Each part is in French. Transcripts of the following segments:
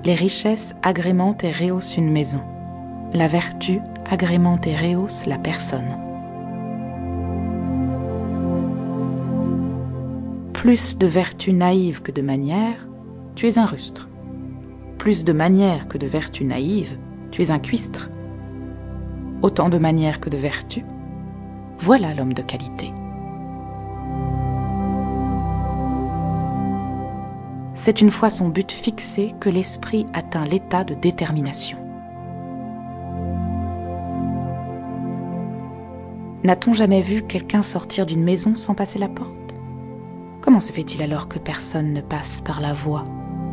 Les richesses agrémentent et rehaussent une maison. La vertu agrémente et rehausse la personne. Plus de vertu naïve que de manières, tu es un rustre. Plus de manières que de vertu naïve, tu es un cuistre. Autant de manières que de vertu, voilà l'homme de qualité. C'est une fois son but fixé que l'esprit atteint l'état de détermination. N'a-t-on jamais vu quelqu'un sortir d'une maison sans passer la porte ? Comment se fait-il alors que personne ne passe par la voie ?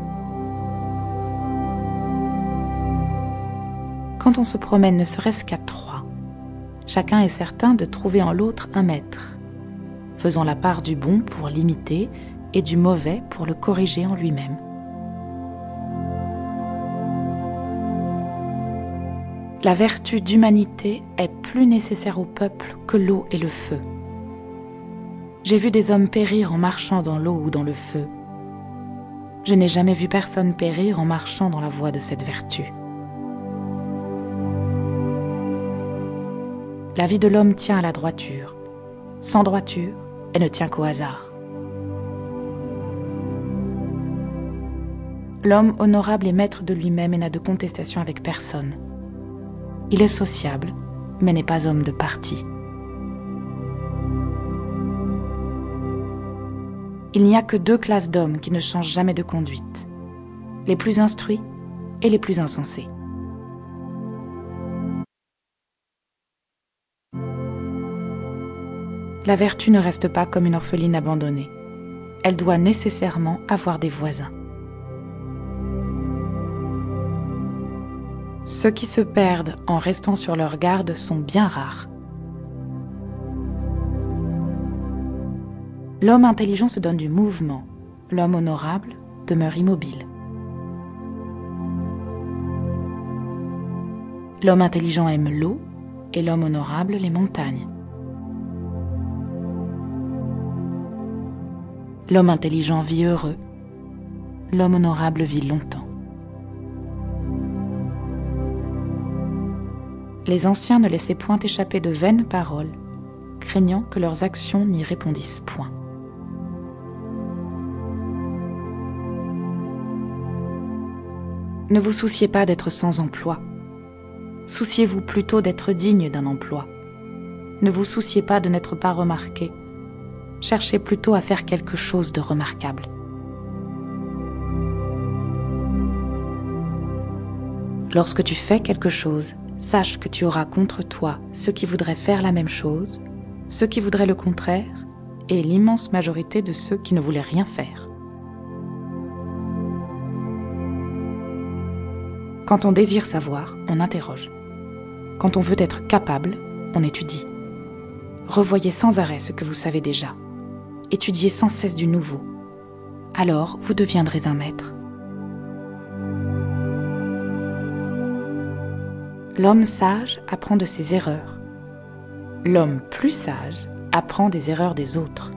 Quand on se promène ne serait-ce qu'à trois, chacun est certain de trouver en l'autre un maître, faisant la part du bon pour l'imiter et du mauvais pour le corriger en lui-même. La vertu d'humanité est plus nécessaire au peuple que l'eau et le feu. J'ai vu des hommes périr en marchant dans l'eau ou dans le feu. Je n'ai jamais vu personne périr en marchant dans la voie de cette vertu. La vie de l'homme tient à la droiture. Sans droiture, elle ne tient qu'au hasard. L'homme honorable est maître de lui-même et n'a de contestation avec personne. Il est sociable, mais n'est pas homme de parti. Il n'y a que deux classes d'hommes qui ne changent jamais de conduite, les plus instruits et les plus insensés. La vertu ne reste pas comme une orpheline abandonnée. Elle doit nécessairement avoir des voisins. Ceux qui se perdent en restant sur leur garde sont bien rares. L'homme intelligent se donne du mouvement. L'homme honorable demeure immobile. L'homme intelligent aime l'eau et l'homme honorable les montagnes. L'homme intelligent vit heureux. L'homme honorable vit longtemps. Les anciens ne laissaient point échapper de vaines paroles, craignant que leurs actions n'y répondissent point. Ne vous souciez pas d'être sans emploi. Souciez-vous plutôt d'être digne d'un emploi. Ne vous souciez pas de n'être pas remarqué. Cherchez plutôt à faire quelque chose de remarquable. Lorsque tu fais quelque chose, sache que tu auras contre toi ceux qui voudraient faire la même chose, ceux qui voudraient le contraire, et l'immense majorité de ceux qui ne voulaient rien faire. Quand on désire savoir, on interroge. Quand on veut être capable, on étudie. Revoyez sans arrêt ce que vous savez déjà. Étudiez sans cesse du nouveau. Alors, vous deviendrez un maître. L'homme sage apprend de ses erreurs. L'homme plus sage apprend des erreurs des autres.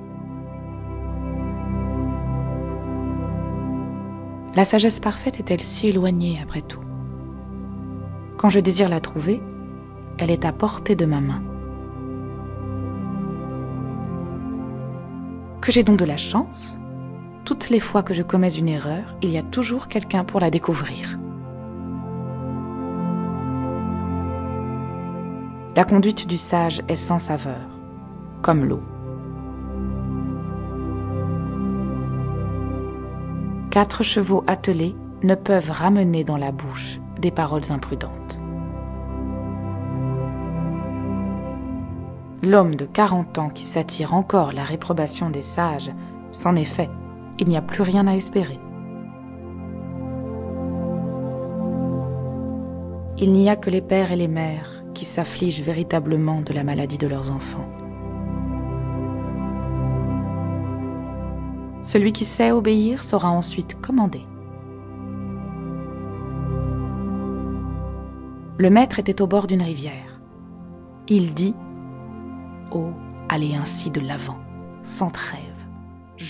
La sagesse parfaite est-elle si éloignée après tout ? Quand je désire la trouver, elle est à portée de ma main. Que j'ai donc de la chance, toutes les fois que je commets une erreur, il y a toujours quelqu'un pour la découvrir. La conduite du sage est sans saveur, comme l'eau. 4 chevaux attelés ne peuvent ramener dans la bouche des paroles imprudentes. L'homme de 40 ans qui s'attire encore la réprobation des sages, c'en est fait, il n'y a plus rien à espérer. Il n'y a que les pères et les mères qui s'affligent véritablement de la maladie de leurs enfants. Celui qui sait obéir saura ensuite commander. Le maître était au bord d'une rivière. Il dit « Oh, allez ainsi de l'avant, sans trêve, jour et nuit. »